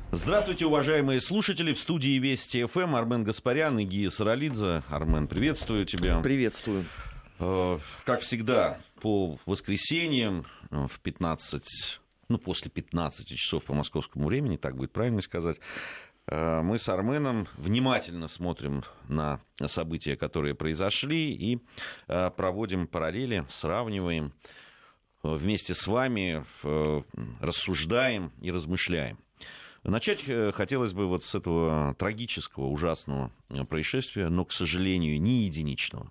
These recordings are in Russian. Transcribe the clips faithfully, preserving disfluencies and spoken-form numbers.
Здравствуйте, уважаемые слушатели. В студии Вести ФМ Армен Гаспарян и Гия Саралидзе. Армен, приветствую тебя. Приветствую. Как всегда, по воскресеньям в пятнадцать, ну, после пятнадцати часов по московскому времени, так будет правильно сказать, мы с Арменом внимательно смотрим на события, которые произошли, и проводим параллели, сравниваем, вместе с вами рассуждаем и размышляем. Начать хотелось бы вот с этого трагического, ужасного происшествия, но, к сожалению, не единичного.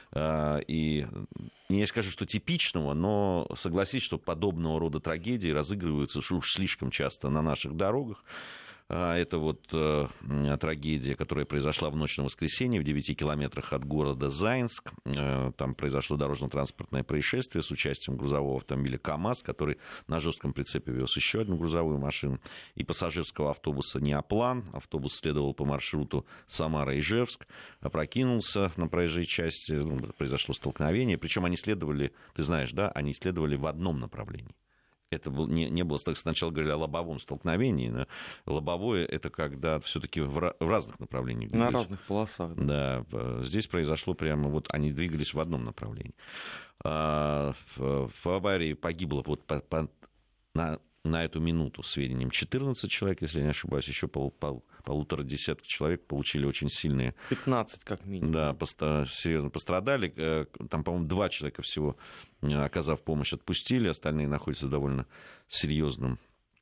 И не скажу, что типичного, но согласись, что подобного рода трагедии разыгрываются уж слишком часто на наших дорогах. Это вот трагедия, которая произошла в ночь на воскресенье в девяти километрах от города Заинск. Там произошло дорожно-транспортное происшествие с участием грузового автомобиля КАМАЗ, который на жестком прицепе вез еще одну грузовую машину, и пассажирского автобуса «Неоплан». Автобус следовал по маршруту Самара-Ижевск, опрокинулся на проезжей части, ну, произошло столкновение. Причем они следовали, ты знаешь, да, они следовали в одном направлении. Это был, не, не было, сначала говорили о лобовом столкновении, но лобовое — это когда все-таки в, в разных направлениях. На разных полосах. Да. Да, здесь произошло прямо, вот они двигались в одном направлении. А, в, в аварии погибло вот по, по, на, на эту минуту, сведениям, четырнадцать человек, если я не ошибаюсь, еще пол, пол, полутора десятка человек получили очень сильные... пятнадцать как минимум. Да, поста, серьезно пострадали. Там, по-моему, два человека всего, оказав помощь, отпустили. Остальные находятся в довольно серьезном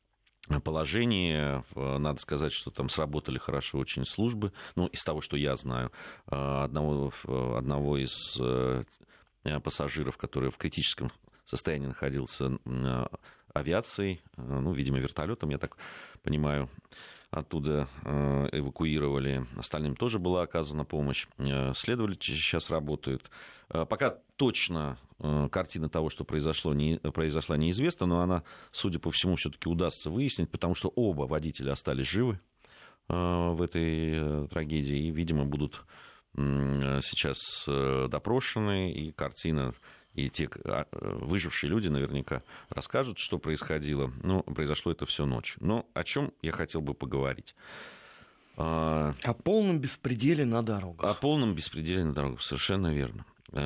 положении. Надо сказать, что там сработали хорошо очень службы. Ну, из того, что я знаю, одного, одного из пассажиров, который в критическом состоянии находился, авиацией, ну, видимо, вертолетом, я так понимаю, оттуда эвакуировали. Остальным тоже была оказана помощь. Следователи сейчас работают. Пока точно картина того, что произошло, не, произошла, неизвестна, но она, судя по всему, все-таки удастся выяснить, потому что оба водителя остались живы в этой трагедии и, видимо, будут сейчас допрошены, и картина... И те выжившие люди наверняка расскажут, что происходило. Ну, произошло это всю ночь. Но о чем я хотел бы поговорить? О полном беспределе на дорогах. О полном беспределе на дорогах, совершенно верно.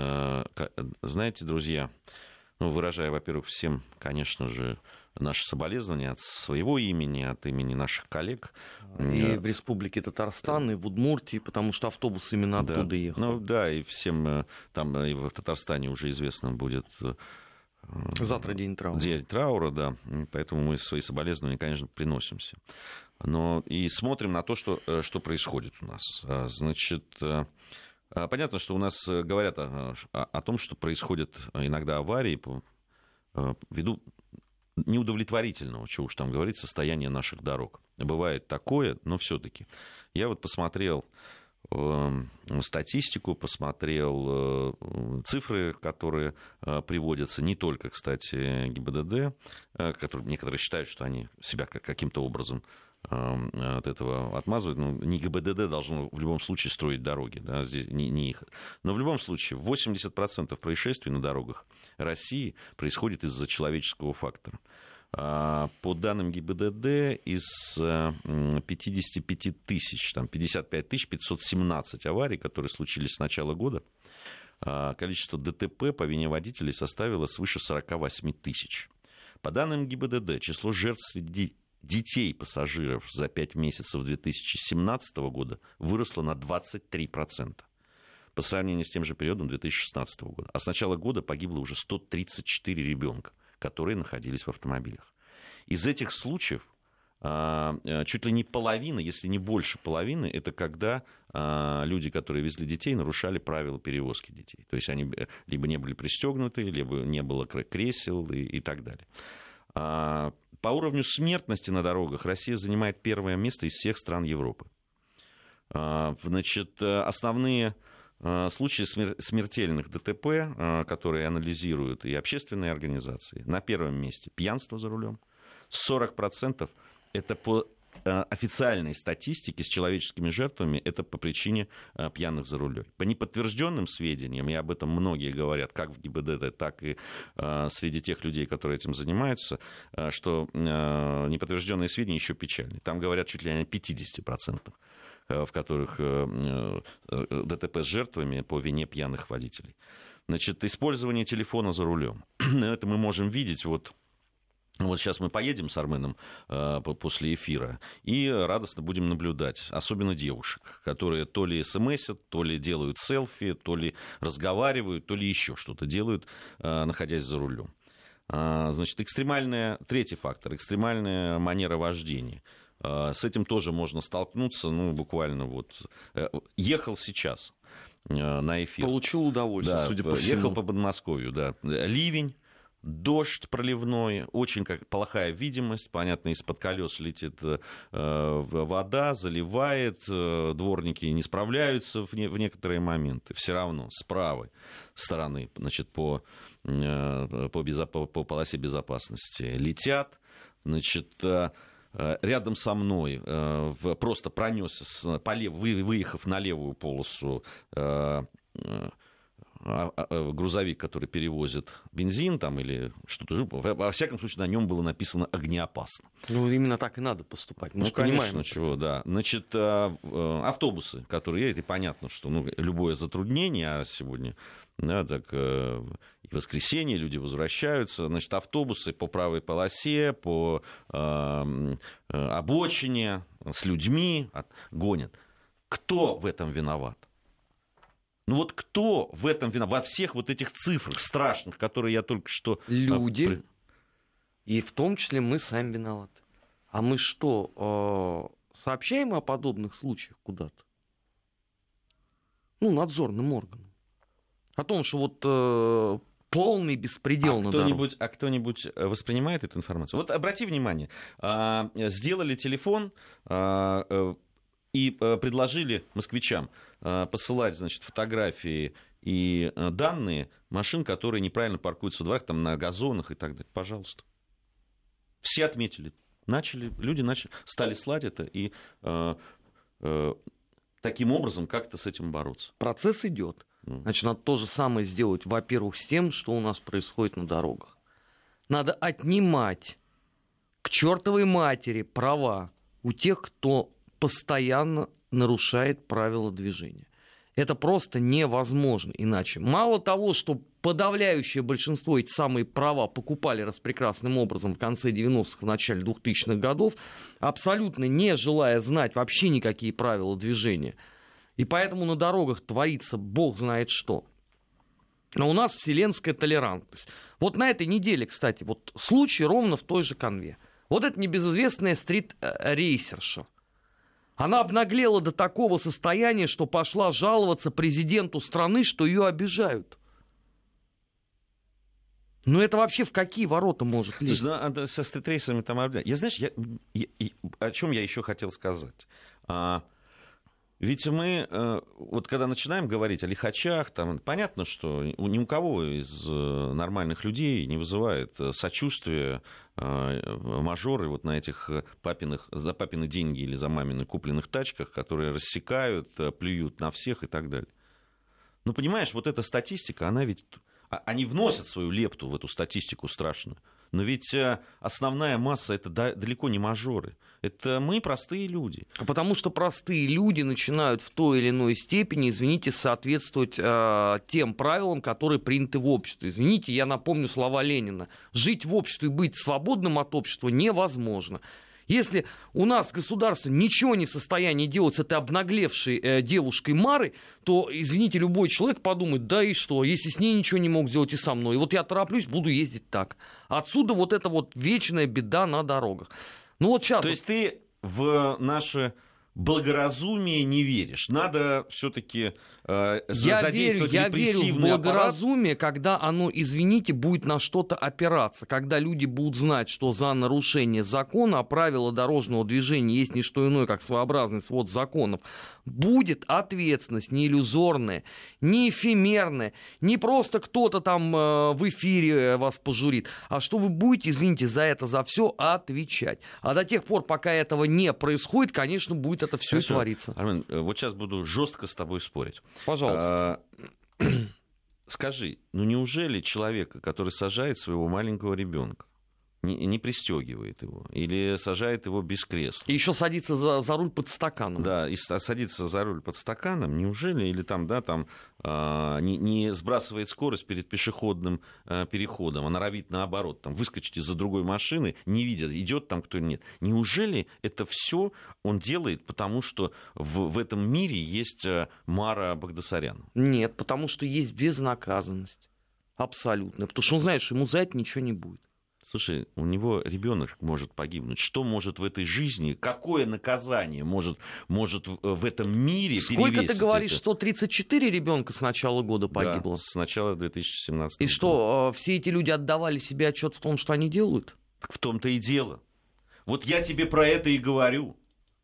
Знаете, друзья, ну, выражая, во-первых, всем, конечно же, наши соболезнования от своего имени, от имени наших коллег. И в Республике Татарстан, и в Удмуртии, потому что автобус именно да. оттуда ехал. Ну да, и всем там и в Татарстане уже известно будет... Завтра день траура. День траура, да. Поэтому мы свои соболезнования, конечно, приносимся. Но и смотрим на то, что, что происходит у нас. Значит... Понятно, что у нас говорят о, о том, что происходят иногда аварии по, ввиду неудовлетворительного, чего уж там говорить, состояния наших дорог. Бывает такое, но все-таки. Я вот посмотрел э, статистику, посмотрел э, цифры, которые э, приводятся не только, кстати, ГИБДД, э, которые некоторые считают, что они себя как, каким-то образом от этого отмазывают. Ну, не ГИБДД должно в любом случае строить дороги, да, здесь не, не их. Но в любом случае восемьдесят процентов происшествий на дорогах России происходит из-за человеческого фактора. По данным ГИБДД, из пятидесяти пяти тысяч, там, пятьдесят пять тысяч пятьсот семнадцать аварий, которые случились с начала года, количество ДТП по вине водителей составило свыше сорок восемь тысяч. По данным ГИБДД, число жертв среди детей-пассажиров за пять месяцев две тысячи семнадцатого года выросло на двадцать три процента по сравнению с тем же периодом две тысячи шестнадцатого года. А с начала года погибло уже сто тридцать четыре ребенка, которые находились в автомобилях. Из этих случаев чуть ли не половина, если не больше половины, это когда люди, которые везли детей, нарушали правила перевозки детей. То есть они либо не были пристегнуты, либо не было кресел и, и так далее. По уровню смертности на дорогах Россия занимает первое место из всех стран Европы. Значит, основные случаи смертельных ДТП, которые анализируют и общественные организации, на первом месте пьянство за рулем. сорок процентов это по официальной статистики с человеческими жертвами это по причине пьяных за рулем. По неподтвержденным сведениям, и об этом многие говорят, как в ГИБДД, так и среди тех людей, которые этим занимаются, что неподтвержденные сведения еще печальнее. Там говорят чуть ли не о пятьдесят процентов, в которых ДТП с жертвами по вине пьяных водителей. Значит, использование телефона за рулем. Это мы можем видеть вот. Вот сейчас мы поедем с Арменом э, после эфира и радостно будем наблюдать, особенно девушек, которые то ли смсят, то ли делают селфи, то ли разговаривают, то ли еще что-то делают, э, находясь за рулем. А, значит, экстремальная, третий фактор, экстремальная манера вождения. А, с этим тоже можно столкнуться, ну, буквально вот. Ехал сейчас э, на эфир. Получил удовольствие, да, судя по всему. Ехал по Подмосковью, да. Ливень. Дождь проливной, очень как, плохая видимость, понятно, из-под колес летит э, вода, заливает, э, дворники не справляются в, не, в некоторые моменты. Все равно с правой стороны, значит, по, э, по, безо, по, по полосе безопасности летят, значит, э, рядом со мной э, просто пронесся, с, по лев, вы, выехав на левую полосу, э, э, грузовик, который перевозит бензин там или что-то. Во всяком случае, на нем было написано «огнеопасно». Ну, именно так и надо поступать. Мы ну, конечно, понимаем, чего, да. Значит, автобусы, которые едут, и понятно, что ну, любое затруднение, а сегодня, да, так, и воскресенье, люди возвращаются, значит, автобусы по правой полосе, по э, обочине, с людьми гонят. Кто в этом виноват? Ну вот кто в этом виноват? Во всех вот этих цифрах страшных, которые я только что... Люди, и в том числе мы сами виноваты. А мы что, сообщаем о подобных случаях куда-то? Ну, надзорным органам. О том, что вот полный беспредел а на кто-нибудь, а кто-нибудь воспринимает эту информацию? Вот обрати внимание, сделали телефон... И предложили москвичам посылать, значит, фотографии и данные машин, которые неправильно паркуются во дворах, там, на газонах и так далее. Пожалуйста. Все отметили. Начали, люди начали, стали слать это и э, э, таким образом как-то с этим бороться. Процесс идет. Значит, надо то же самое сделать, во-первых, с тем, что у нас происходит на дорогах. Надо отнимать к чертовой матери права у тех, кто... постоянно нарушает правила движения. Это просто невозможно иначе. Мало того, что подавляющее большинство эти самые права покупали распрекрасным образом в конце девяностых, в начале двухтысячных годов, абсолютно не желая знать вообще никакие правила движения. И поэтому на дорогах творится бог знает что. Но у нас вселенская толерантность. Вот на этой неделе, кстати, вот случай ровно в той же канве. Вот это небезызвестная стрит-рейсерша. Она обнаглела до такого состояния, что пошла жаловаться президенту страны, что ее обижают. Ну это вообще в какие ворота может лезть? Слушай, ну, со стритрейсерами там... Я, знаешь, я, я, о чем я еще хотел сказать? А, ведь мы, вот когда начинаем говорить о лихачах, там, понятно, что ни у кого из нормальных людей не вызывает сочувствия мажоры вот на этих папиных, за папины деньги или за мамины купленных тачках, которые рассекают, плюют на всех и так далее. Ну, понимаешь, вот эта статистика, она ведь... Они вносят свою лепту в эту статистику страшную. Но ведь основная масса — это далеко не мажоры. Это мы, простые люди. Потому что простые люди начинают в той или иной степени, извините, соответствовать э, тем правилам, которые приняты в обществе. Извините, я напомню слова Ленина. Жить в обществе и быть свободным от общества невозможно. Если у нас государство ничего не в состоянии делать с этой обнаглевшей э, девушкой Марой, то, извините, любой человек подумает, да и что, если с ней ничего не мог сделать и со мной. И вот я тороплюсь, буду ездить так. Отсюда вот эта вот вечная беда на дорогах. Ну вот сейчас... То есть ты в наши благоразумие не веришь. Надо все-таки э, я задействовать верю, репрессивный Я верю в благоразумие, аппарат. когда оно, извините, будет на что-то опираться. Когда люди будут знать, что за нарушение закона, а правила дорожного движения есть не что иное, как своеобразный свод законов, будет ответственность не иллюзорная, не эфемерная, не просто кто-то там э, в эфире вас пожурит, а что вы будете, извините, за это, за все отвечать. А до тех пор, пока этого не происходит, конечно, будет это все и творится. Армен, вот сейчас буду жестко с тобой спорить. Пожалуйста. А, скажи, ну неужели человека, который сажает своего маленького ребенка, не, не пристегивает его или сажает его без кресла? И еще садится за, за руль под стаканом. Да, и садится за руль под стаканом, неужели, или там, да, там а, не, не сбрасывает скорость перед пешеходным а, переходом, а норовит наоборот, там, выскочить из-за другой машины, не видя, идет там кто нет. Неужели это все он делает, потому что в, в этом мире есть Мара Багдасарян? Нет, потому что есть безнаказанность. Абсолютно. Потому что он знает, что ему за это ничего не будет. Слушай, у него ребенок может погибнуть. Что может в этой жизни, какое наказание может, может в этом мире перевесить? Сколько ты говоришь, это? сто тридцать четыре ребенка с начала года погибло? Да, с начала две тысячи семнадцатого И года. что, все эти люди отдавали себе отчет в том, что они делают? В том-то и дело. Вот я тебе про это и говорю.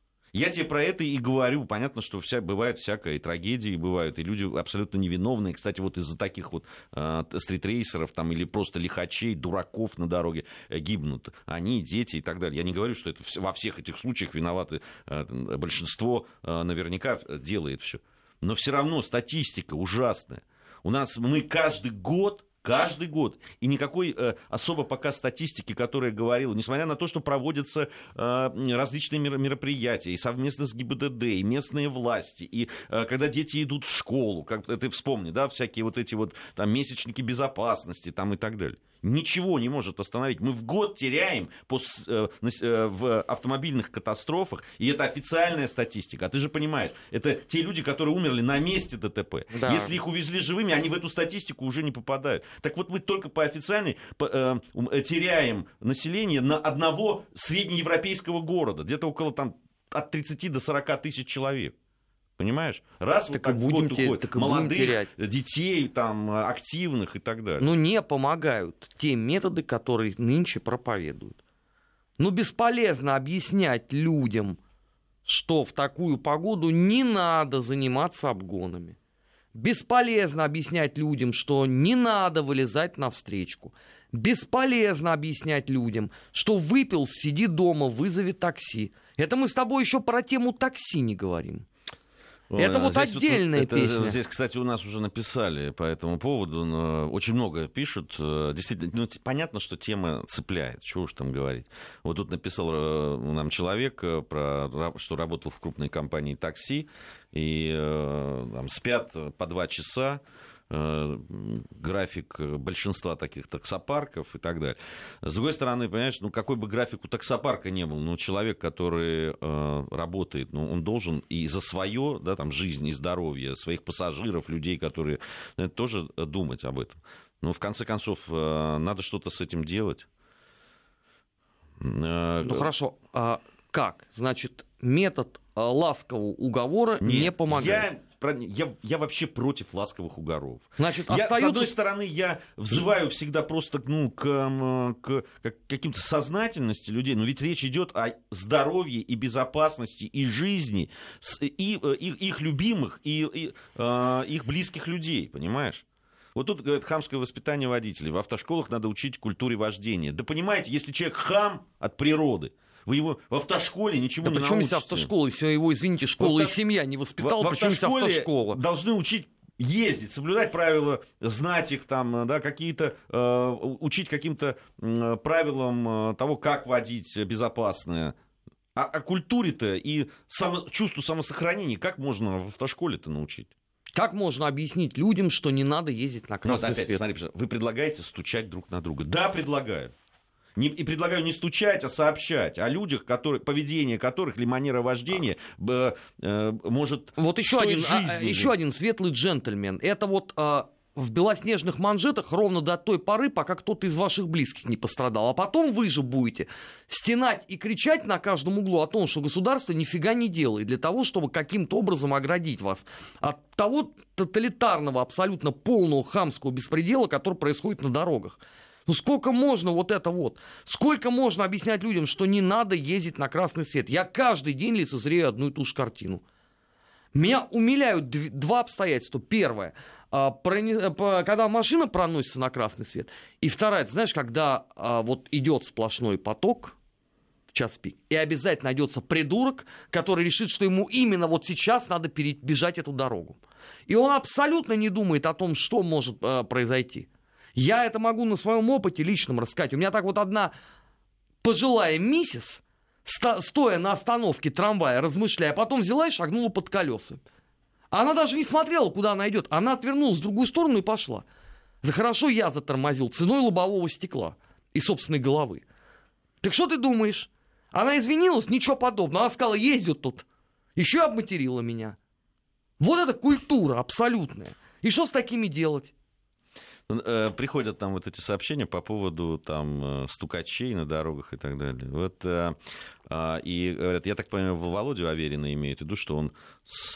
Я тебе про это и говорю. Понятно, что вся, бывает всякое, и трагедии бывают, и люди абсолютно невиновные. Кстати, вот из-за таких вот э, стритрейсеров там, или просто лихачей, дураков на дороге э, гибнут. Они, дети и так далее. Я не говорю, что это во всех этих случаях виноваты. Э, большинство э, наверняка делает все. Но все равно статистика ужасная. У нас мы каждый год Каждый год. И никакой э, особо пока статистики, которая говорила, несмотря на то, что проводятся э, различные мероприятия, и совместно с ГИБДД, и местные власти, и э, когда дети идут в школу, как ты вспомни, да, всякие вот эти вот там месячники безопасности там, и так далее. Ничего не может остановить. Мы в год теряем по, э, э, в автомобильных катастрофах, и это официальная статистика. А ты же понимаешь, это те люди, которые умерли на месте ДТП. Да. Если их увезли живыми, они в эту статистику уже не попадают. Так вот, мы только по официальной по, э, теряем население на одного среднеевропейского города. Где-то около там, от тридцати до сорока тысяч человек. Понимаешь? Раз так вот так будем год уходит, так молодых, терять. детей, там, активных и так далее. Ну, не помогают те методы, которые нынче проповедуют. Ну, бесполезно объяснять людям, что в такую погоду не надо заниматься обгонами. Бесполезно объяснять людям, что не надо вылезать навстречку. Бесполезно объяснять людям, что выпил, сиди дома, вызови такси. Это мы с тобой еще про тему такси не говорим. Это вот здесь отдельная вот, это, песня. Здесь, кстати, у нас уже написали по этому поводу. Очень много пишут. Действительно, ну, понятно, что тема цепляет. Чего уж там говорить. Вот тут написал нам человек, про, что работал в крупной компании такси. И там, спят по два часа. График большинства таких таксопарков и так далее. С другой стороны, понимаешь, ну какой бы график у таксопарка не был, но человек, который э, работает, ну, он должен и за свое, да, там, жизнь и здоровье своих пассажиров, людей, которые э, тоже думать об этом. Но в конце концов, э, надо что-то с этим делать. Э, ну хорошо, а как? Значит, метод ласкового уговора Нет, не помогает. Я... Я, я вообще против ласковых уговоров. Значит, я, остаются... С одной стороны, я взываю всегда просто ну, к, к, к каким-то сознательности людей, но ведь речь идет о здоровье и безопасности и жизни и, и, и их любимых, и, и э, их близких людей, понимаешь? Вот тут, говорят, хамское воспитание водителей. В автошколах надо учить культуре вождения. Да понимаете, если человек хам от природы, вы его в автошколе ничего да не научите. Причем здесь автошкола, если его, извините, школа авто... и семья не воспитала, в, причем здесь автошкола? Должны учить ездить, соблюдать правила, знать их там, да, какие-то, э, учить каким-то э, правилам э, того, как водить безопасно. А о культуре-то и само, чувству самосохранения как можно в автошколе-то научить? Как можно объяснить людям, что не надо ездить на красный опять, свет? Смотри, вы предлагаете стучать друг на друга. Да, предлагаю. Не, и предлагаю не стучать, а сообщать о людях, которые, поведение которых или манера вождения э, э, может вот еще один, жизни. а, еще один светлый джентльмен. Это вот э, в белоснежных манжетах ровно до той поры, пока кто-то из ваших близких не пострадал. А потом вы же будете стенать и кричать на каждом углу о том, что государство нифига не делает для того, чтобы каким-то образом оградить вас от того тоталитарного, абсолютно полного хамского беспредела, который происходит на дорогах. Ну сколько можно вот это вот? Сколько можно объяснять людям, что не надо ездить на красный свет? Я каждый день лицезрею одну и ту же картину. Меня умиляют два обстоятельства. Первое, когда машина проносится на красный свет. И второе, ты знаешь, когда вот идет сплошной поток в час пик, и обязательно найдется придурок, который решит, что ему именно вот сейчас надо перебежать эту дорогу. И он абсолютно не думает о том, что может произойти. Я это могу на своем опыте личном рассказать. У меня так вот одна пожилая миссис, стоя на остановке трамвая, размышляя, потом взяла и шагнула под колеса. Она даже не смотрела, куда она идет. Она отвернулась в другую сторону и пошла. Да хорошо я затормозил ценой лобового стекла и собственной головы. Так что ты думаешь? Она извинилась? Ничего подобного. Она сказала, ездят тут. Еще обматерила меня. Вот это культура абсолютная. И что с такими делать? Приходят там вот эти сообщения по поводу там стукачей на дорогах и так далее. Вот, и говорят, я так понимаю, Володю Аверина имеет в виду, что он с,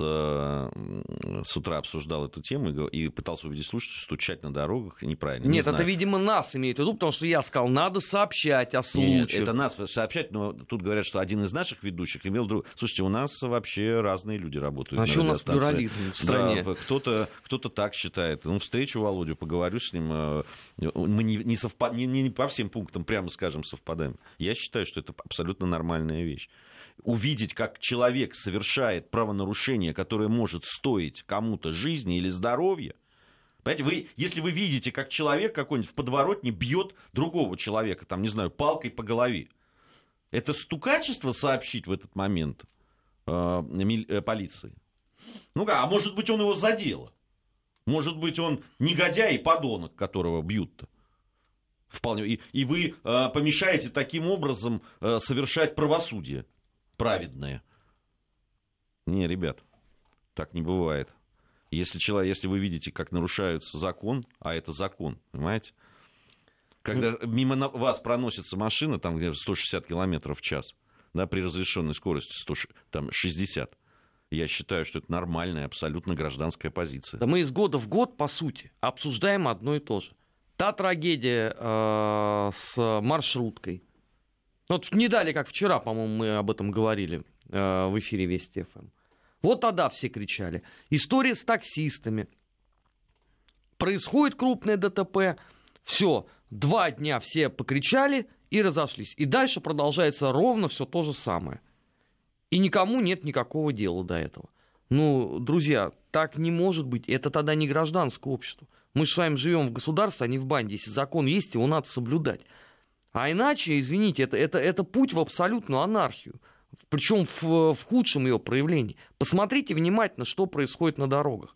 с утра обсуждал эту тему и пытался убедить слушателей, что стучать на дорогах неправильно. Нет, не это, видимо, нас имеет в виду, потому что я сказал, надо сообщать о случае. Нет, это нас сообщать, но тут говорят, что один из наших ведущих имел друг. Слушайте, у нас вообще разные люди работают. А что у нас плюрализм в стране? Да, кто-то, кто-то так считает. Ну, встречу Володю, поговорю с ним. Мы не, не, совпад... не, не по всем пунктам, прямо скажем, совпадаем. Я считаю, что это абсолютно нормальная вещь. Увидеть, как человек совершает правонарушение, которое может стоить кому-то жизни или здоровья. Понимаете, вы, если вы видите, как человек какой-нибудь в подворотне бьет другого человека, там, не знаю, палкой по голове, это стукачество сообщить в этот момент э, э, полиции? Ну, а может быть, он его задело? Может быть, он негодяй и подонок, которого бьют-то? Вполне. И, и вы э, помешаете таким образом э, совершать правосудие праведное. Не, ребят, так не бывает. Если, человек, если вы видите, как нарушается закон, а это закон, понимаете? Когда ну... мимо вас проносится машина, там где сто шестьдесят километров в час, да, при разрешенной скорости сто, там, шестьдесят, я считаю, что это нормальная, абсолютно гражданская позиция. Да мы из года в год, по сути, обсуждаем одно и то же. Та трагедия э, с маршруткой. Вот не далее, как вчера, по-моему, мы об этом говорили э, в эфире Вести ФМ. Вот тогда все кричали. История с таксистами. Происходит крупное ДТП. Все, два дня все покричали и разошлись. И дальше продолжается ровно все то же самое. И никому нет никакого дела до этого. Ну, друзья, так не может быть. Это тогда не гражданское общество. Мы же с вами живем в государстве, а не в банде. Если закон есть, его надо соблюдать. А иначе, извините, это, это, это путь в абсолютную анархию. Причем в, в худшем ее проявлении. Посмотрите внимательно, что происходит на дорогах.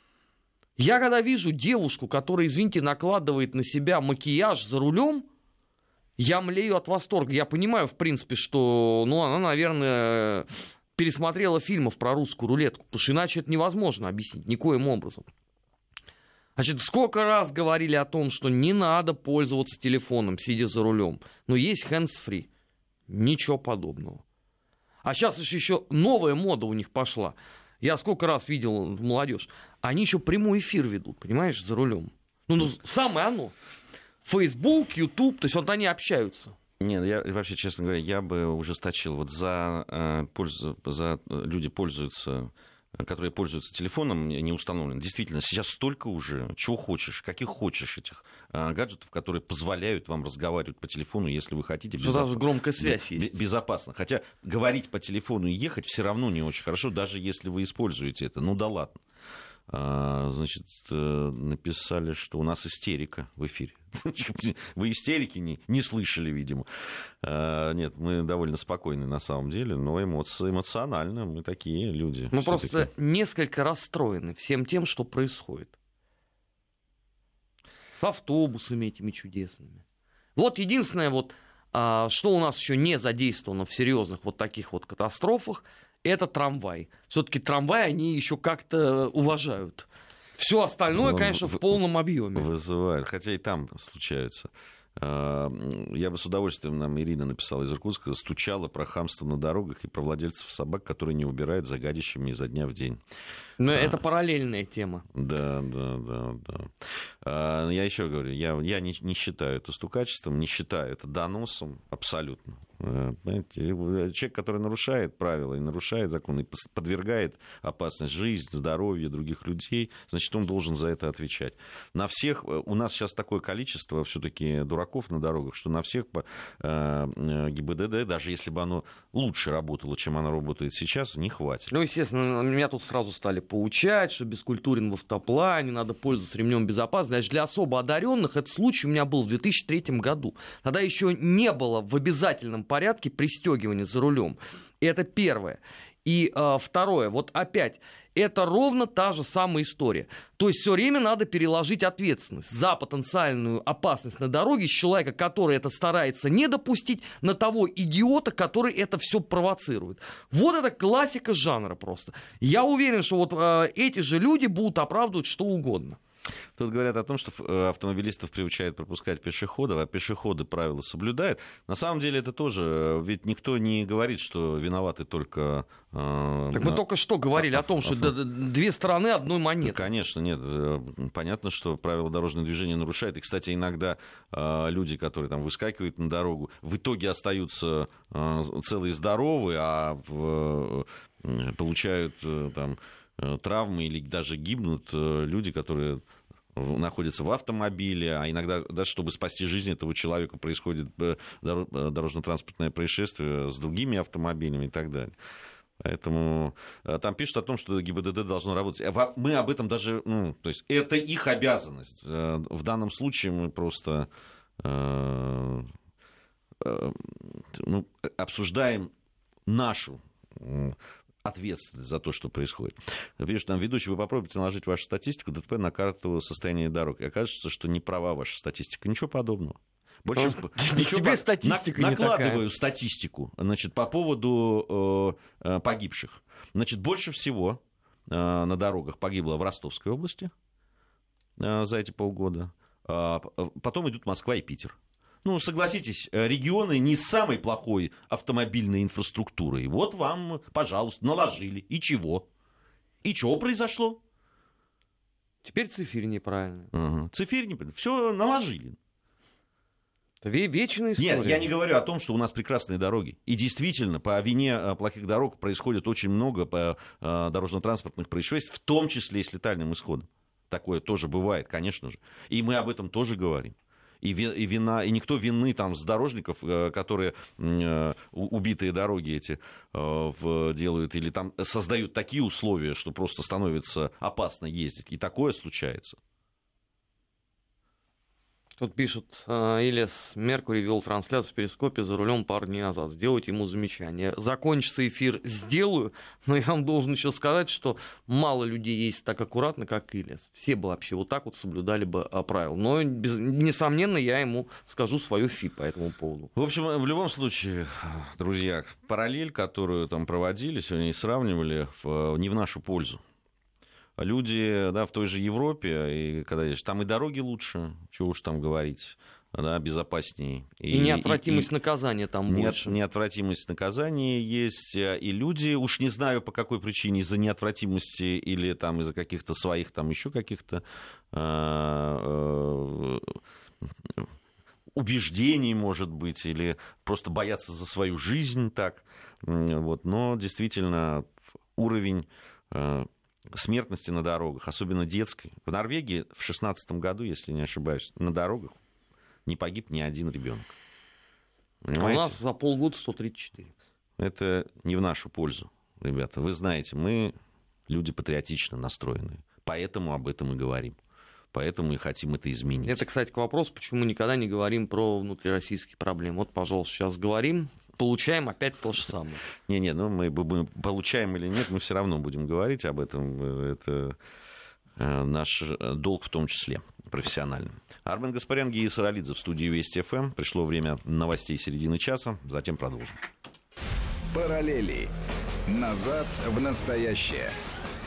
Я когда вижу девушку, которая, извините, накладывает на себя макияж за рулем, я млею от восторга. Я понимаю, в принципе, что ну, она, наверное, пересмотрела фильмов про русскую рулетку. Потому что иначе это невозможно объяснить никоим образом. Значит, сколько раз говорили о том, что не надо пользоваться телефоном, сидя за рулем. Но есть hands-free. Ничего подобного. А сейчас еще новая мода у них пошла. Я сколько раз видел молодежь. Они еще прямой эфир ведут, понимаешь, за рулем. Ну, ну самое оно. Facebook, YouTube, то есть вот они общаются. Нет, я вообще, честно говоря, я бы ужесточил. Вот за, э, пользу, за люди пользуются... которые пользуются телефоном, не установлен. Действительно, сейчас столько уже, чего хочешь, каких хочешь этих а, гаджетов, которые позволяют вам разговаривать по телефону, если вы хотите. Безопасно. Даже громкая связь есть. Безопасно. Хотя говорить по телефону и ехать все равно не очень хорошо, даже если вы используете это. Ну да ладно. А, значит, написали, что у нас истерика в эфире. Вы истерики не, не слышали, видимо. А, нет, мы довольно спокойны на самом деле, но эмоции, эмоционально мы такие люди. Мы просто несколько расстроены всем тем, что происходит. С автобусами этими чудесными. Вот единственное, вот, а, что у нас еще не задействовано в серьезных вот таких вот катастрофах, это трамвай. Все-таки трамвай они еще как-то уважают. Все остальное, Он конечно, в... в полном объеме. Вызывает, хотя и там случаются. Я бы с удовольствием, нам Ирина написала из Иркутска, стучала про хамство на дорогах и про владельцев собак, которые не убирают за гадящими изо дня в день. Но а, это параллельная тема. Да, да, да, да. А, я еще говорю, я, я не, не считаю это стукачеством, не считаю это доносом абсолютно. Понимаете, человек, который нарушает правила и нарушает закон, и подвергает опасность жизнь, здоровье других людей, значит, он должен за это отвечать. На всех, у нас сейчас такое количество все-таки дураков на дорогах, что на всех ГИБДД, даже если бы оно лучше работало, чем оно работает сейчас, не хватит. Ну, естественно, меня тут сразу стали поучать, что бескультурен в автоплане, надо пользоваться ремнем безопасности. Значит, для особо одаренных этот случай у меня был в две тысячи третьем году. Тогда еще не было в обязательном порядке пристегивания за рулем. Это первое. И э, второе, вот опять, это ровно та же самая история. То есть все время надо переложить ответственность за потенциальную опасность на дороге с человека, который это старается не допустить, на того идиота, который это все провоцирует. Вот это классика жанра просто. Я уверен, что вот э, эти же люди будут оправдывать что угодно. Тут говорят о том, что автомобилистов приучают пропускать пешеходов, а пешеходы правила соблюдают. На самом деле это тоже, ведь никто не говорит, что виноваты только... Э, так мы на... только что говорили а, о том, что а, две стороны одной монеты. Конечно, нет. Понятно, что правила дорожного движения нарушают. И, кстати, иногда э, люди, которые там выскакивают на дорогу, в итоге остаются э, целые и здоровые, а в, э, получают э, там... травмы или даже гибнут люди, которые находятся в автомобиле, а иногда, даже чтобы спасти жизнь этого человека, происходит дорожно-транспортное происшествие с другими автомобилями и так далее. Поэтому там пишут о том, что ГИБДД должно работать. Мы об этом даже... Ну, то есть это их обязанность. В данном случае мы просто ну, обсуждаем нашу ответственность за то, что происходит. Пишут нам, ведущий, вы попробуйте наложить вашу статистику ДТП на карту состояния дорог. И окажется, что не права ваша статистика. Ничего подобного. Больше ничего по... статистика на... накладываю такая. Статистику, значит, по поводу э, погибших. Значит, больше всего э, на дорогах погибло в Ростовской области э, за эти полгода. А потом идут Москва и Питер. Ну, согласитесь, регионы не с самой плохой автомобильной инфраструктурой. Вот вам, пожалуйста, наложили. И чего? И чего произошло? Теперь цифирь неправильно. Ага. Цифирь неправильно. Все наложили. Это вечная история. Нет, я не говорю о том, что у нас прекрасные дороги. И действительно, по вине плохих дорог происходит очень много дорожно-транспортных происшествий, в том числе и с летальным исходом. Такое тоже бывает, конечно же. И мы об этом тоже говорим. И вина, и никто вины там с дорожников, которые убитые дороги эти делают, или там создают такие условия, что просто становится опасно ездить. И такое случается. Тут пишут, Ильяс Меркурий вел трансляцию в Перископе за рулем пару дней назад. Сделайте ему замечание. Закончится эфир, сделаю, но я вам должен еще сказать, что мало людей есть так аккуратно, как Ильяс. Все бы вообще вот так вот соблюдали бы правила. Но, без, несомненно, я ему скажу свое фи по этому поводу. В общем, в любом случае, друзья, параллель, которую там проводили, сегодня и сравнивали, не в нашу пользу. Люди, да, в той же Европе, и когда там и дороги лучше, чего уж там говорить, да, безопаснее. И, и неотвратимость и, наказания там не, больше. Неотвратимость наказания есть, и люди, уж не знаю по какой причине, из-за неотвратимости или там из-за каких-то своих, там еще каких-то э, э, убеждений, может быть, или просто боятся за свою жизнь так. Вот. Но действительно уровень... Э, смертности на дорогах, особенно детской. В Норвегии в две тысячи шестнадцатом году, если не ошибаюсь, на дорогах не погиб ни один ребенок. А у нас за полгода сто тридцать четыре. Это не в нашу пользу, ребята. Вы знаете, мы люди патриотично настроенные, поэтому об этом и говорим. Поэтому и хотим это изменить. Это, кстати, к вопросу, почему мы никогда не говорим про внутрироссийские проблемы. Вот, пожалуйста, сейчас говорим. Получаем опять то же самое. Не-не, ну мы будем, получаем или нет, мы все равно будем говорить об этом. Это наш долг в том числе, профессиональный. Армен Гаспарян, Гия Саралидзе в студии Вести ФМ. Пришло время новостей середины часа, затем продолжим. Параллели. Назад в настоящее.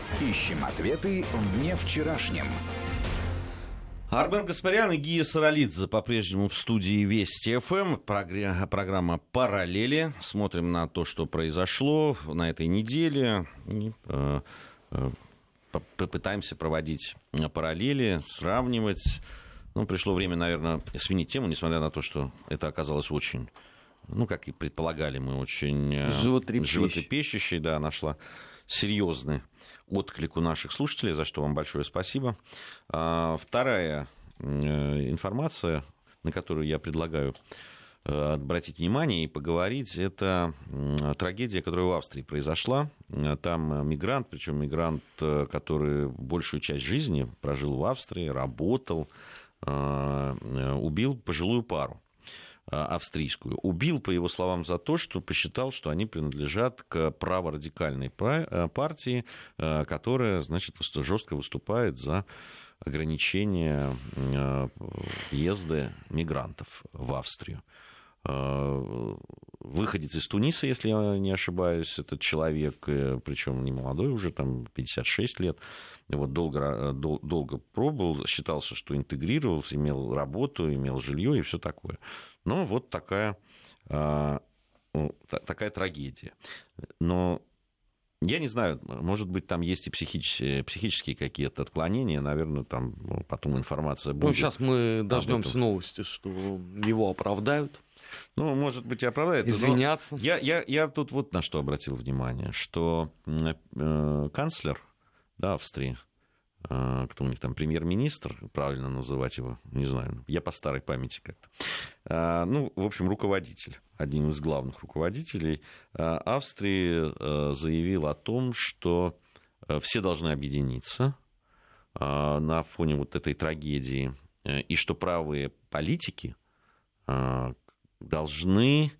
Ищем ответы в дне вчерашнем. Армен Гаспарян и Гия Саралидзе по-прежнему в студии Вести ФМ. Программа «Параллели». Смотрим на то, что произошло на этой неделе. И, э, э, попытаемся проводить параллели, сравнивать. Ну, пришло время, наверное, сменить тему, несмотря на то, что это оказалось очень, ну, как и предполагали мы, очень животрепещущей, да, нашла серьезный отклик у наших слушателей, за что вам большое спасибо. Вторая информация, на которую я предлагаю обратить внимание и поговорить, это трагедия, которая в Австрии произошла. Там мигрант, причем мигрант, который большую часть жизни прожил в Австрии, работал, убил пожилую пару австрийскую. Убил, по его словам, за то, что посчитал, что они принадлежат к праворадикальной партии, которая, значит, жестко выступает за ограничение въезда мигрантов в Австрию. Выходец из Туниса, если я не ошибаюсь, этот человек, причем не молодой уже, там пятьдесят шесть лет, вот долго, дол, долго пробовал, считался, что интегрировался, имел работу, имел жилье и все такое. Но вот такая, такая трагедия. Но я не знаю, может быть, там есть и психические, психические какие-то отклонения, наверное, там ну, потом информация будет. Ну, сейчас мы дождемся новости, что его оправдают. Ну, может быть, и оправдает. Извиняться. Я, я, я тут вот на что обратил внимание, что э, канцлер, да, Австрии, э, кто у них там, премьер-министр, правильно называть его, не знаю, я по старой памяти как-то. Э, ну, в общем, руководитель, один из главных руководителей э, Австрии э, заявил о том, что э, все должны объединиться э, на фоне вот этой трагедии, э, и что правые политики э, должны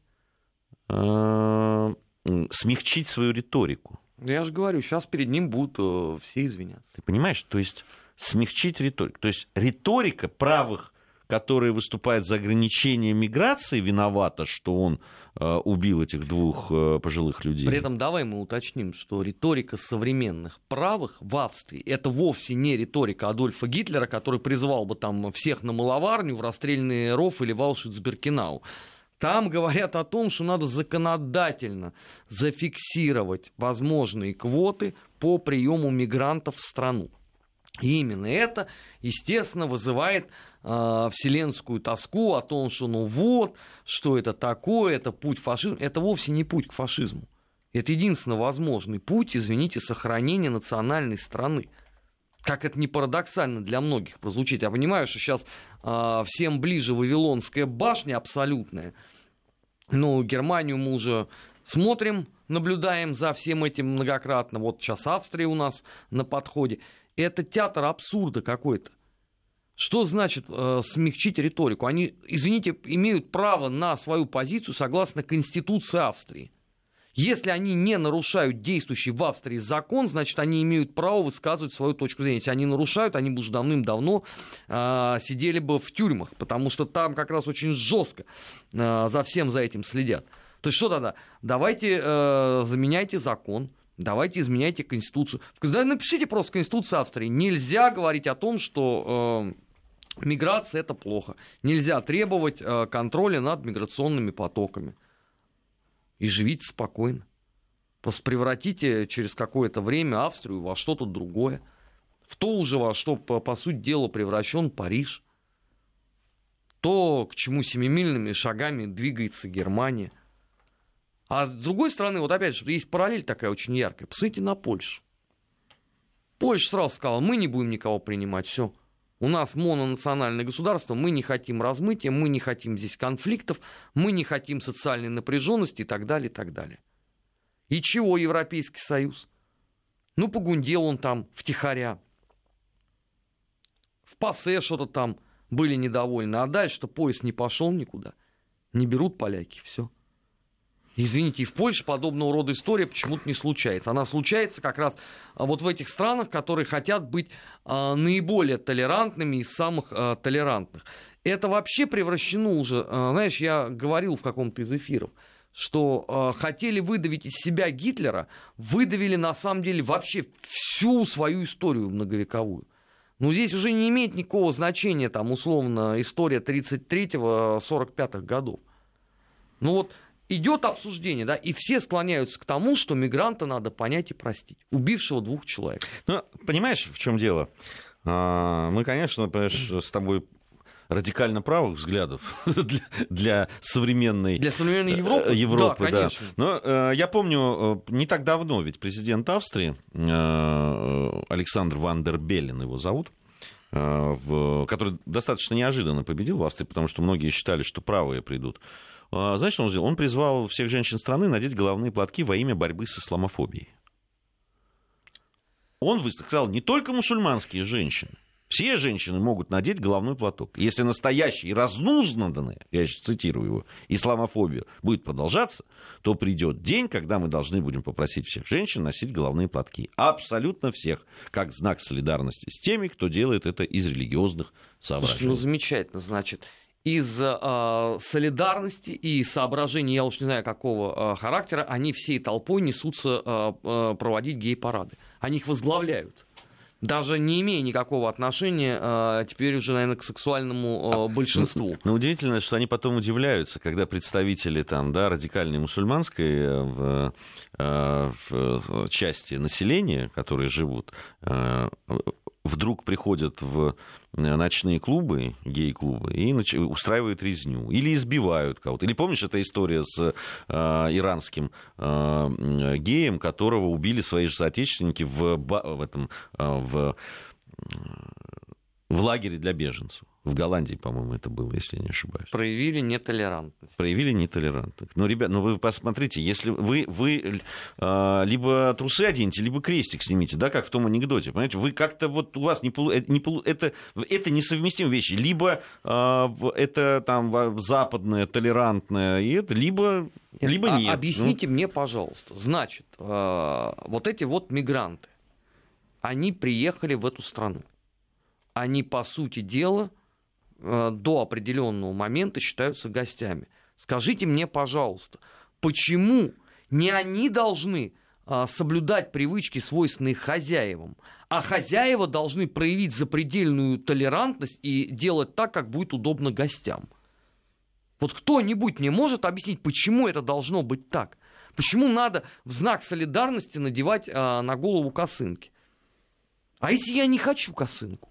э, смягчить свою риторику. Я же говорю, сейчас перед ним будут э, все извиняться. Ты понимаешь? То есть смягчить риторику. То есть риторика правых, которые выступают за ограничение миграции, виновата, что он э, убил этих двух э, пожилых людей. При этом давай мы уточним, что риторика современных правых в Австрии это вовсе не риторика Адольфа Гитлера, который призвал бы там всех на маловарню, в расстрельный ров или в Аушвиц-Биркенау. Там говорят о том, что надо законодательно зафиксировать возможные квоты по приему мигрантов в страну. И именно это, естественно, вызывает э, вселенскую тоску о том, что ну вот, что это такое, это путь фашизма. Это вовсе не путь к фашизму. Это единственно возможный путь, извините, сохранения национальной страны. Как это не парадоксально для многих прозвучит. Я понимаю, что сейчас э, всем ближе Вавилонская башня абсолютная. Но Германию мы уже смотрим, наблюдаем за всем этим многократно. Вот сейчас Австрия у нас на подходе. Это театр абсурда какой-то. Что значит э, смягчить риторику? Они, извините, имеют право на свою позицию согласно Конституции Австрии. Если они не нарушают действующий в Австрии закон, значит, они имеют право высказывать свою точку зрения. Если они нарушают, они бы уже давным-давно э, сидели бы в тюрьмах, потому что там как раз очень жестко э, за всем за этим следят. То есть что тогда? Давайте э, заменяйте закон. Давайте изменяйте Конституцию. Да, напишите просто Конституцию Австрии. Нельзя говорить о том, что э, миграция это плохо. Нельзя требовать э, контроля над миграционными потоками. И живите спокойно. Просто превратите через какое-то время Австрию во что-то другое. В то уже, во что, по, по сути дела, превращен Париж. То, к чему семимильными шагами двигается Германия. А с другой стороны, вот опять же, есть параллель такая очень яркая. Посмотрите на Польшу. Польша сразу сказала, мы не будем никого принимать, все. У нас мононациональное государство, мы не хотим размытия, мы не хотим здесь конфликтов, мы не хотим социальной напряженности и так далее, и так далее. И чего Европейский Союз? Ну, погундел он там втихаря. В ПАСЕ что-то там были недовольны. А дальше-то поезд не пошел никуда. Не берут поляки, все. Извините, и в Польше подобного рода история почему-то не случается. Она случается как раз вот в этих странах, которые хотят быть а, наиболее толерантными из самых а, толерантных. Это вообще превращено уже, а, знаешь, я говорил в каком-то из эфиров, что э, хотели выдавить из себя Гитлера, выдавили на самом деле вообще всю свою историю многовековую. Ну, здесь уже не имеет никакого значения, там, условно, история тридцать третьего сорок пятых годов. Ну вот идет обсуждение, да, и все склоняются к тому, что мигранта надо понять и простить, убившего двух человек. Ну, понимаешь, в чем дело? Мы, конечно, понимаешь, с тобой радикально правых взглядов для, для современной, для современной Европы. Европы да, конечно. Да. Но э, я помню, не так давно, ведь президент Австрии, э, Александр Ван дер Беллен его зовут, э, в, который достаточно неожиданно победил в Австрии, потому что многие считали, что правые придут. Э, знаешь, что он сделал? Он призвал всех женщин страны надеть головные платки во имя борьбы с исламофобией. Он сказал, не только мусульманские женщины, все женщины могут надеть головной платок. Если настоящий, разнузданный, я сейчас цитирую его, исламофобия будет продолжаться, то придет день, когда мы должны будем попросить всех женщин носить головные платки. Абсолютно всех. Как знак солидарности с теми, кто делает это из религиозных соображений. Ну, замечательно, значит. Из э, солидарности и соображений, я уж не знаю какого э, характера, они всей толпой несутся э, э, проводить гей-парады. Они их возглавляют. Даже не имея никакого отношения э, теперь уже, наверное, к сексуальному э, большинству. Но удивительно, что они потом удивляются, когда представители там, да, радикальной мусульманской в, в части населения, которые живут, вдруг приходят в ночные клубы, гей-клубы, и устраивают резню. Или избивают кого-то. Или помнишь, эта история с э, иранским э, геем, которого убили свои же соотечественники в, в, этом, э, в, в лагере для беженцев. В Голландии, по-моему, это было, если я не ошибаюсь. Проявили нетолерантность. Проявили нетолерантность. Но, ребят, ну вы посмотрите, если вы, вы э, либо трусы оденете, либо крестик снимите, да, как в том анекдоте, понимаете, вы как-то вот у вас не, не это, это несовместимые вещи. Либо э, это там западное, толерантное, и это, либо, нет, либо нет. А, объясните ну. мне, пожалуйста, значит, э, вот эти вот мигранты, они приехали в эту страну. Они, по сути дела, до определенного момента считаются гостями. Скажите мне, пожалуйста, почему не они должны а, соблюдать привычки, свойственные хозяевам, а хозяева должны проявить запредельную толерантность и делать так, как будет удобно гостям? Вот кто-нибудь мне может объяснить, почему это должно быть так? Почему надо в знак солидарности надевать а, на голову косынки? А если я не хочу косынку?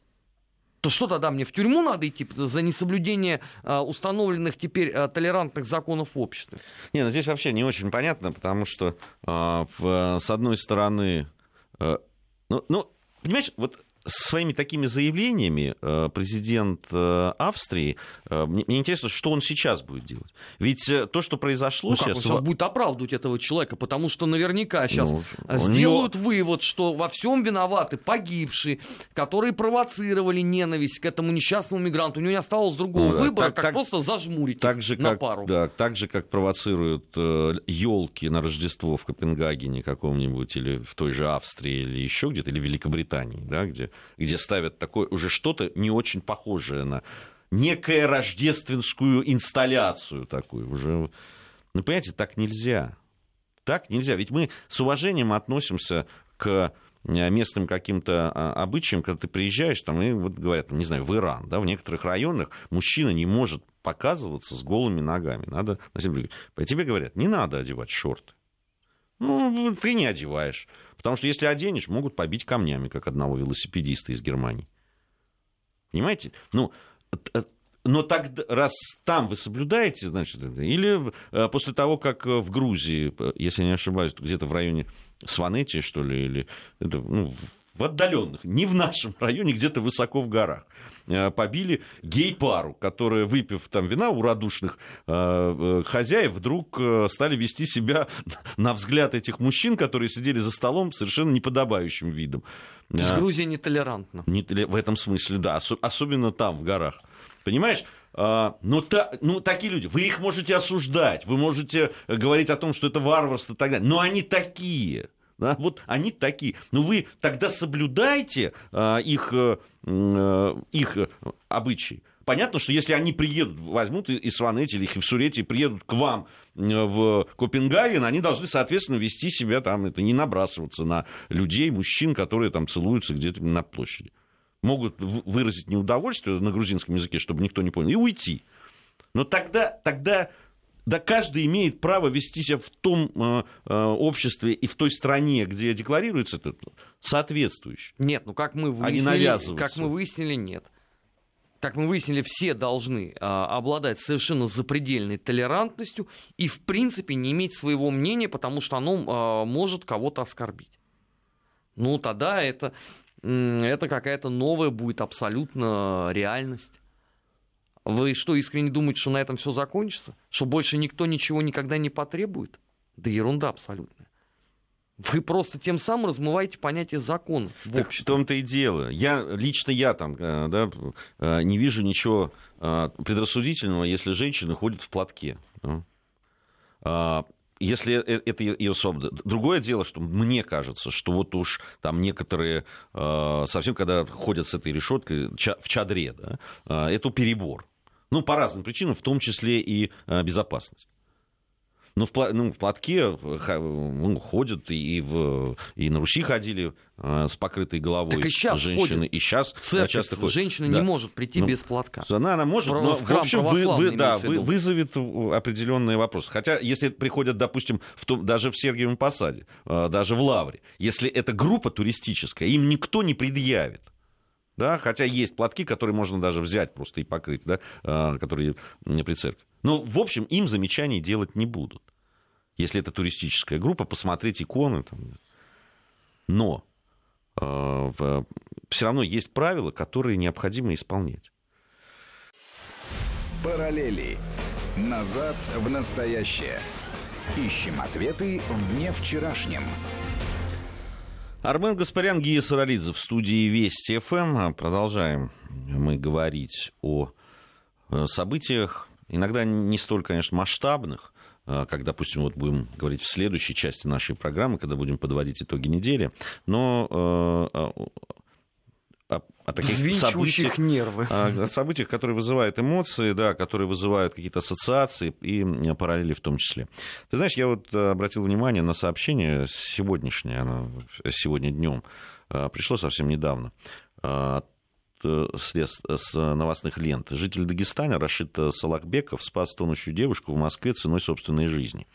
То что тогда, мне в тюрьму надо идти за несоблюдение а, установленных теперь а, толерантных законов в обществе? Не, ну здесь вообще не очень понятно, потому что а, в, с одной стороны, а, ну, ну, понимаешь, вот со своими такими заявлениями президент Австрии, мне интересно, что он сейчас будет делать. Ведь то, что произошло ну, сейчас... Как он сейчас будет оправдывать этого человека, потому что наверняка сейчас ну, сделают него... вывод, что во всем виноваты погибшие, которые провоцировали ненависть к этому несчастному мигранту. У него не осталось другого ну, выбора, так, как так, просто зажмурить так же, на как, пару. Да, так же, как провоцируют елки на Рождество в Копенгагене каком-нибудь, или в той же Австрии, или еще где-то, или в Великобритании, да, где... где ставят такое уже что-то не очень похожее на некую рождественскую инсталляцию такую. Уже... Ну, понимаете, так нельзя. Так нельзя. Ведь мы с уважением относимся к местным каким-то обычаям, когда ты приезжаешь, там, и вот говорят, не знаю, в Иран, да, в некоторых районах мужчина не может показываться с голыми ногами. Надо... По тебе говорят, не надо одевать шорты. Ну, ты не одеваешь. Потому что если оденешь, могут побить камнями, как одного велосипедиста из Германии. Понимаете? Ну, но тогда, раз там вы соблюдаете, значит, или после того, как в Грузии, если я не ошибаюсь, где-то в районе Сванетии, что ли, или это, ну, в отдаленных, не в нашем районе, где-то высоко в горах, побили гей-пару, которая, выпив там вина у радушных э, хозяев, вдруг стали вести себя, на взгляд этих мужчин, которые сидели за столом, совершенно неподобающим видом. То есть Грузия нетолерантна. Не, в этом смысле, да, ос- особенно там, в горах. Понимаешь? А, ну, та, ну, такие люди, вы их можете осуждать, вы можете говорить о том, что это варварство и так далее, но они такие. Да, вот они такие. Ну, вы тогда соблюдайте а, их, а, их обычаи. понятно, что если они приедут, возьмут из Сванети или Хевсурети, приедут к вам в Копенгаген, они должны, соответственно, вести себя там, это не набрасываться на людей, мужчин, которые там целуются где-то на площади. Могут выразить неудовольствие на грузинском языке, чтобы никто не понял, и уйти. Но тогда, тогда да, каждый имеет право вести себя в том э, э, обществе и в той стране, где декларируется это, соответствующе. Нет, ну как мы выяснили, как мы выяснили, нет. Как мы выяснили, все должны э, обладать совершенно запредельной толерантностью и, в принципе, не иметь своего мнения, потому что оно э, может кого-то оскорбить. Ну, тогда это, э, это какая-то новая будет абсолютно реальность. Вы что, искренне думаете, что на этом все закончится? Что больше никто ничего никогда не потребует? Да ерунда абсолютная. Вы просто тем самым размываете понятие закона. В, в том-то и дело. Я, лично я там, да, не вижу ничего предрассудительного, если женщина ходит в платке. Если это ее свобода. Другое дело, что мне кажется, что вот уж там некоторые, совсем когда ходят с этой решеткой в чадре, да, это перебор. Ну, по разным причинам, в том числе и безопасность. Но в, ну, в платке ну, ходят и, в, и на Руси ходили э, с покрытой головой так и сейчас женщины. Ходят. И сейчас в церковь часто ходят. Женщина да. не может прийти ну, без платка. Она, она может, в, но в, в общем вы, вы, да, вы, виду. вызовет определенные вопросы. Хотя если приходят, допустим, в том, даже в Сергиевом Посаде, э, даже в Лавре, если это группа туристическая, им никто не предъявит. Да, хотя есть платки, которые можно даже взять просто и покрыть, да, э, которые при церкви. Но, в общем, им замечаний делать не будут. Если это туристическая группа, посмотреть иконы. Там. Но э, в, все равно есть правила, которые необходимо исполнять. Параллели. Назад в настоящее. Ищем ответы в дне вчерашнем. Армен Гаспарян, Гия Саралидзе в студии Вести ФМ. Продолжаем мы говорить о событиях, иногда не столь, конечно, масштабных, как, допустим, вот будем говорить в следующей части нашей программы, когда будем подводить итоги недели, но э, о, о таких событиях, нервы. О событиях, которые вызывают эмоции, да, которые вызывают какие-то ассоциации и параллели в том числе. Ты знаешь, я вот обратил внимание на сообщение сегодняшнее, оно сегодня днем пришло совсем недавно, с новостных лент. Житель Дагестана Рашид Салахбеков спас тонущую девушку в Москве ценой собственной жизни.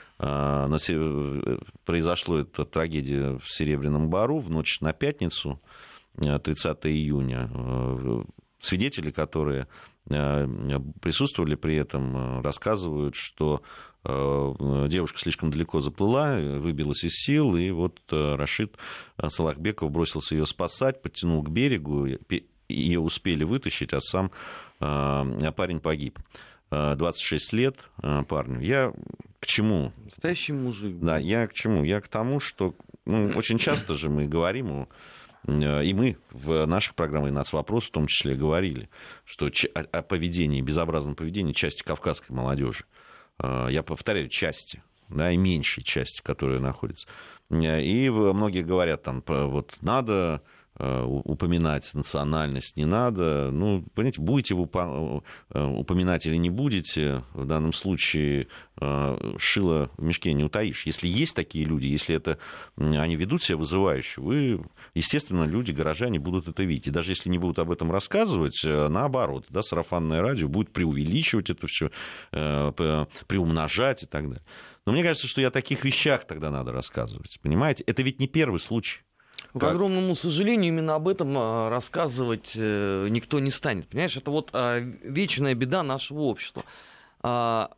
Произошло это трагедия в Серебряном Бару в ночь на пятницу, тридцатого июня. Свидетели, которые присутствовали при этом, рассказывают, что девушка слишком далеко заплыла, выбилась из сил, и вот Рашид Салахбеков бросился ее спасать, подтянул к берегу, ее успели вытащить, а сам парень погиб. двадцать шесть лет парню. Я к чему? Настоящий мужик. Да, я к чему? Я к тому, что ну, очень часто же мы говорим, и мы в наших программах, и «Нацвопрос» в том числе говорили, что о поведении, безобразном поведении части кавказской молодежи. Я повторяю, части, да, и меньшей части, которая находится. И многие говорят, там, вот надо упоминать национальность, не надо. Ну, понимаете, будете вы упоминать или не будете, в данном случае шило в мешке не утаишь. Если есть такие люди, если это, они ведут себя вызывающе, вы, естественно, люди, горожане будут это видеть. И даже если не будут об этом рассказывать, наоборот, да, сарафанное радио будет преувеличивать это все, приумножать и так далее. Но мне кажется, что и о таких вещах тогда надо рассказывать. Понимаете? Это ведь не первый случай. К огромному сожалению, именно об этом рассказывать никто не станет. Понимаешь, это вот вечная беда нашего общества. О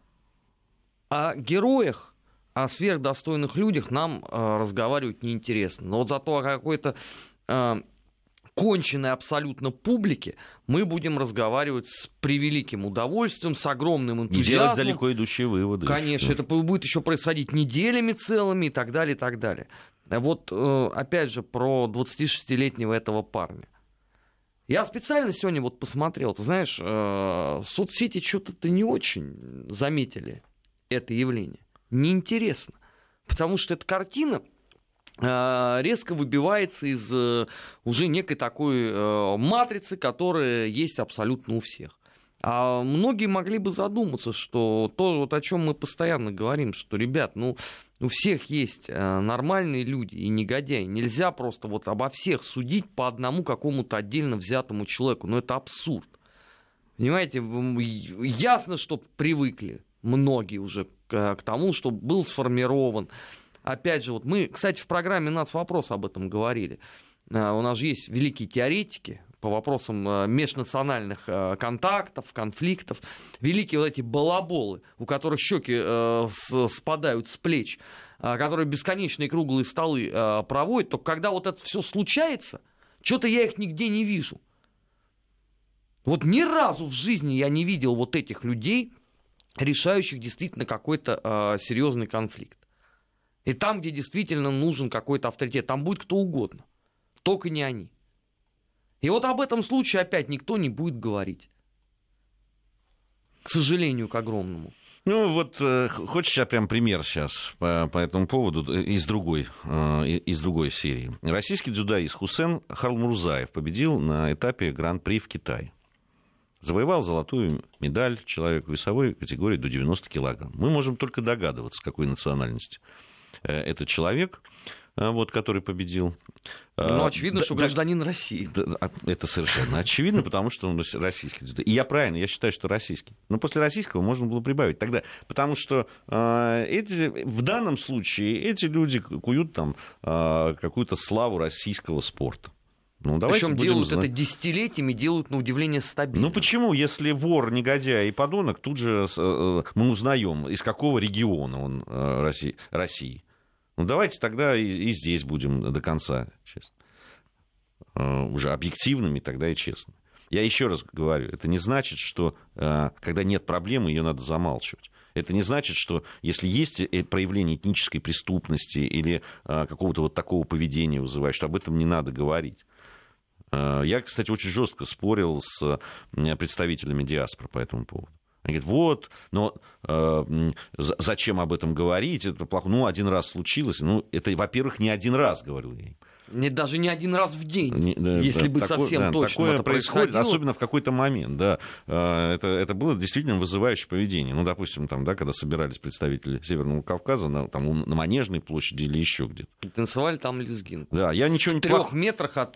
героях, о сверхдостойных людях нам разговаривать неинтересно. Но вот зато о какой-то конченной абсолютно публике мы будем разговаривать с превеликим удовольствием, с огромным энтузиазмом. И делать далеко идущие выводы. Конечно, это будет еще происходить неделями целыми и так далее, и так далее. Вот, опять же, про двадцатишестилетнего этого парня. Я специально сегодня вот посмотрел, ты знаешь, соцсети что-то не очень заметили это явление. Неинтересно. Потому что эта картина резко выбивается из уже некой такой матрицы, которая есть абсолютно у всех. А многие могли бы задуматься, что то, вот о чем мы постоянно говорим, что, ребят, ну, у всех есть нормальные люди и негодяи. Нельзя просто вот обо всех судить по одному какому-то отдельно взятому человеку. Ну, это абсурд. Понимаете, ясно, что привыкли многие уже к, к тому, что был сформирован. Опять же, вот мы, кстати, в программе «Нацвопрос» об этом говорили. У нас же есть великие теоретики по вопросам межнациональных контактов, конфликтов. Великие вот эти балаболы, у которых щеки спадают с плеч, которые бесконечные круглые столы проводят. Только когда вот это все случается, что-то я их нигде не вижу. Вот ни разу в жизни я не видел вот этих людей, решающих действительно какой-то серьезный конфликт. И там, где действительно нужен какой-то авторитет, там будет кто угодно. Только не они. И вот об этом случае опять никто не будет говорить. К сожалению, к огромному. Ну вот, хочешь я прям пример сейчас по, по этому поводу из другой, из другой серии. Российский дзюдоист Хусен Харлмурзаев победил на этапе Гран-при в Китае. Завоевал золотую медаль человек весовой категории до девяносто килограмм. Мы можем только догадываться, какой национальности этот человек, вот, который победил. Ну, очевидно, да, что гражданин да, России. Да, это совершенно очевидно, потому что он российский. И я правильно, я считаю, что российский. Но после российского можно было прибавить тогда. Потому что э, эти, в данном случае эти люди куют там э, какую-то славу российского спорта. Ну, причем делают знать. это десятилетиями, делают, на удивление, стабильно. Ну почему, если вор, негодяй и подонок, тут же э, мы узнаем, из какого региона он э, России, России. Ну, давайте тогда и, и здесь будем до конца, честно. Э, уже объективными тогда и честно. Я еще раз говорю, это не значит, что э, когда нет проблемы, ее надо замалчивать. Это не значит, что если есть проявление этнической преступности или э, какого-то вот такого поведения вызывает, что об этом не надо говорить. Я, кстати, очень жестко спорил с представителями диаспоры по этому поводу. Они говорят, вот, но э, зачем об этом говорить? Это плохо. Ну, один раз случилось. Ну, это, во-первых, не один раз, говорил я им. Не, даже не один раз в день, не, да, если да, быть такое, совсем да, точно. Такое это происходит, особенно в какой-то момент. Да. Это, это было действительно вызывающее поведение. Ну, допустим, там, да, когда собирались представители Северного Кавказа на, там, на Манежной площади или еще где-то. И танцевали там лезгинку. Да, я ничего в не трех плох... метрах от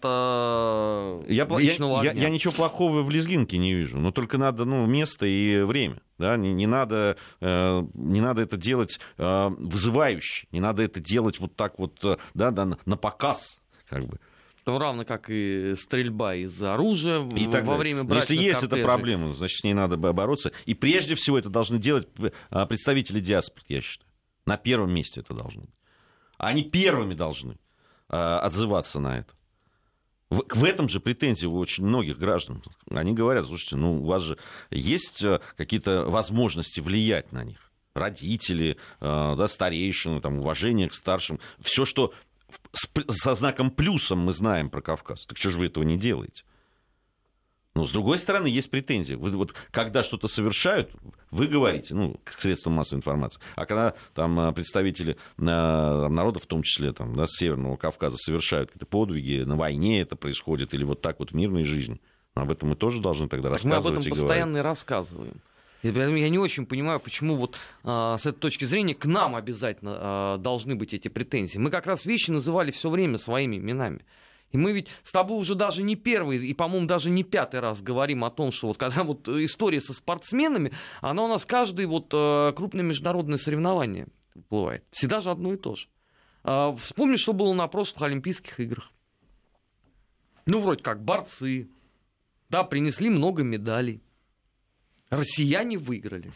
э, я, вечного я, огня. Я, я ничего плохого в лезгинке не вижу. Но только надо ну, место и время. Да? Не, не, надо, э, не надо это делать э, вызывающе. Не надо это делать вот так вот э, да, да, на показ. Как бы. Ну, равно как и стрельба из оружия и во так время брачных Если есть кортежей. эта проблема, значит, с ней надо бороться. И прежде всего это должны делать представители диаспоры, я считаю. На первом месте это должно быть. Они первыми должны отзываться на это. В, в этом же претензии у очень многих граждан. Они говорят, слушайте, ну, у вас же есть какие-то возможности влиять на них. Родители, да, старейшины, там, уважение к старшим. Все, что... со знаком плюсом мы знаем про Кавказ. Так что же вы этого не делаете? Но, с другой стороны, есть претензии. Вы, вот, когда что-то совершают, вы говорите, ну, к средствам массовой информации. А когда там, представители там, народов, в том числе там, да, с Северного Кавказа, совершают какие-то подвиги, на войне это происходит, или вот так вот в мирной жизни, об этом мы тоже должны тогда так рассказывать. Мы об этом и постоянно говорить. рассказываем. Я не очень понимаю, почему вот а, с этой точки зрения к нам обязательно а, должны быть эти претензии. Мы как раз вещи называли все время своими именами. И мы ведь с тобой уже даже не первый, и, по-моему, даже не пятый раз говорим о том, что вот когда вот история со спортсменами, она у нас каждое вот а, крупное международное соревнование бывает. Всегда же одно и то же. А, вспомни, что было на прошлых Олимпийских играх. Ну, вроде как борцы, да, принесли много медалей. Россияне выиграли.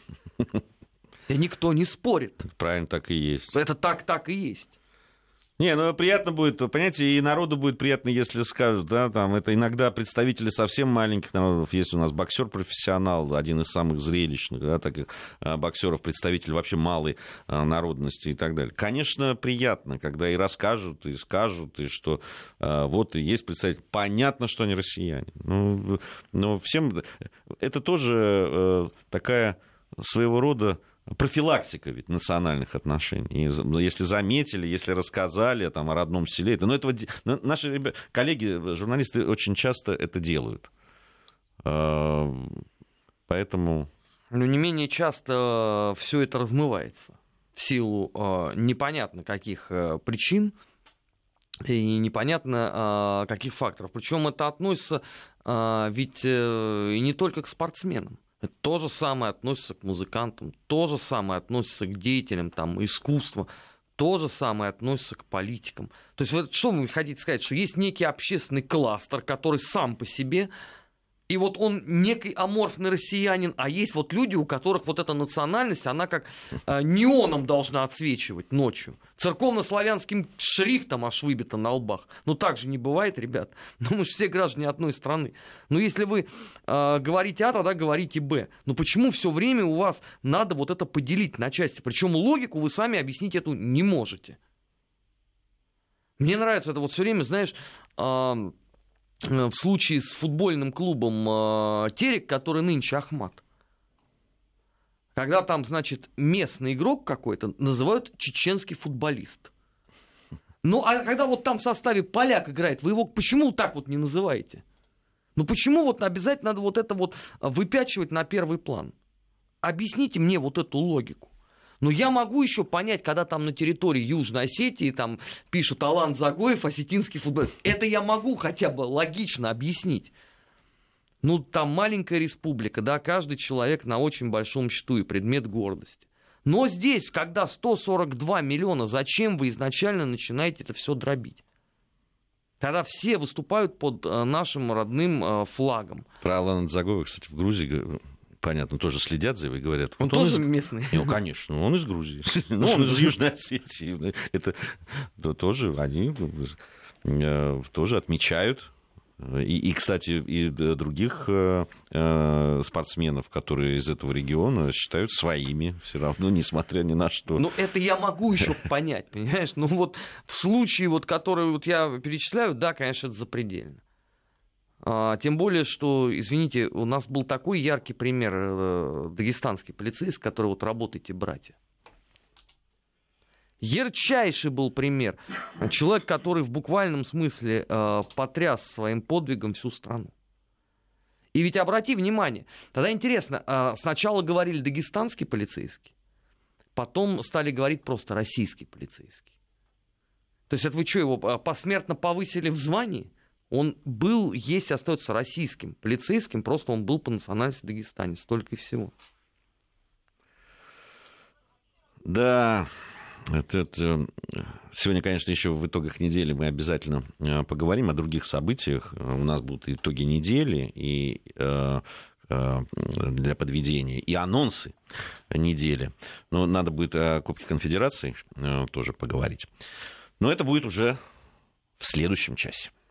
И никто не спорит. Правильно, так и есть. Это так, так и есть. Не, ну приятно будет, понимаете, и народу будет приятно, если скажут, да, там, это иногда представители совсем маленьких народов, есть у нас боксер-профессионал, один из самых зрелищных, да, таких боксеров, представитель вообще малой народности и так далее. Конечно, приятно, когда и расскажут, и скажут, и что вот и есть представитель, понятно, что они россияне. Ну, но всем, это тоже такая своего рода профилактика ведь национальных отношений. И если заметили, если рассказали там, о родном селе, это, ну, этого, наши ребята, коллеги, журналисты очень часто это делают. Поэтому... Но не менее часто все это размывается в силу э, непонятно каких э, причин и непонятно э, каких факторов. Причем это относится э, ведь э, и не только к спортсменам. Это то же самое относится к музыкантам, то же самое относится к деятелям там, искусства, то же самое относится к политикам. То есть вот что вы хотите сказать, что есть некий общественный кластер, который сам по себе, и вот он некий аморфный россиянин, а есть вот люди, у которых вот эта национальность, она как э, неоном должна отсвечивать ночью. Церковно-славянским шрифтом аж выбито на лбах. Ну так же не бывает, ребят. Ну мы же все граждане одной страны. Но если вы э, говорите А, тогда говорите Б. Но почему все время у вас надо вот это поделить на части? Причем логику вы сами объяснить эту не можете. Мне нравится это вот все время, знаешь... Э, в случае с футбольным клубом э, Терек, который нынче Ахмат. Когда там, значит, местный игрок какой-то называют чеченский футболист. Ну, а когда вот там в составе поляк играет, вы его почему так вот не называете? Ну, почему вот обязательно надо вот это вот выпячивать на первый план? Объясните мне вот эту логику. Но я могу еще понять, когда там на территории Южной Осетии там пишут Алан Загоев, осетинский футболист. Это я могу хотя бы логично объяснить. Ну, там маленькая республика, да, каждый человек на очень большом счету и предмет гордости. Но здесь, когда сто сорок два миллиона, зачем вы изначально начинаете это все дробить? Когда все выступают под нашим родным флагом. Про Алана Загоева, кстати, в Грузии... Понятно, тоже следят за его и говорят... Он, вот он тоже из... местный? Ну, конечно, он из Грузии. Ну, он из Южной Осетии. Это тоже они тоже отмечают. И, и, кстати, и других э, спортсменов, которые из этого региона, считают своими все равно, несмотря ни на что. Ну, это я могу еще понять, понимаешь? Ну, вот в случае, вот, который вот я перечисляю, да, конечно, это запредельно. А, тем более, что, извините, у нас был такой яркий пример э, дагестанский полицейский, который вот работаете, братья. Ярчайший был пример. Человек, который в буквальном смысле э, потряс своим подвигом всю страну. И ведь обрати внимание, тогда интересно, э, сначала говорили дагестанский полицейский, потом стали говорить просто российский полицейский. То есть это вы что, его посмертно повысили в звании? Он был, есть, остается российским полицейским, просто он был по национальности дагестанец, столько и всего. Да, это, это... сегодня, конечно, еще в итогах недели мы обязательно поговорим о других событиях. У нас будут итоги недели и э, э, для подведения, и анонсы недели. Но надо будет о Кубке Конфедерации э, тоже поговорить. Но это будет уже в следующем часе.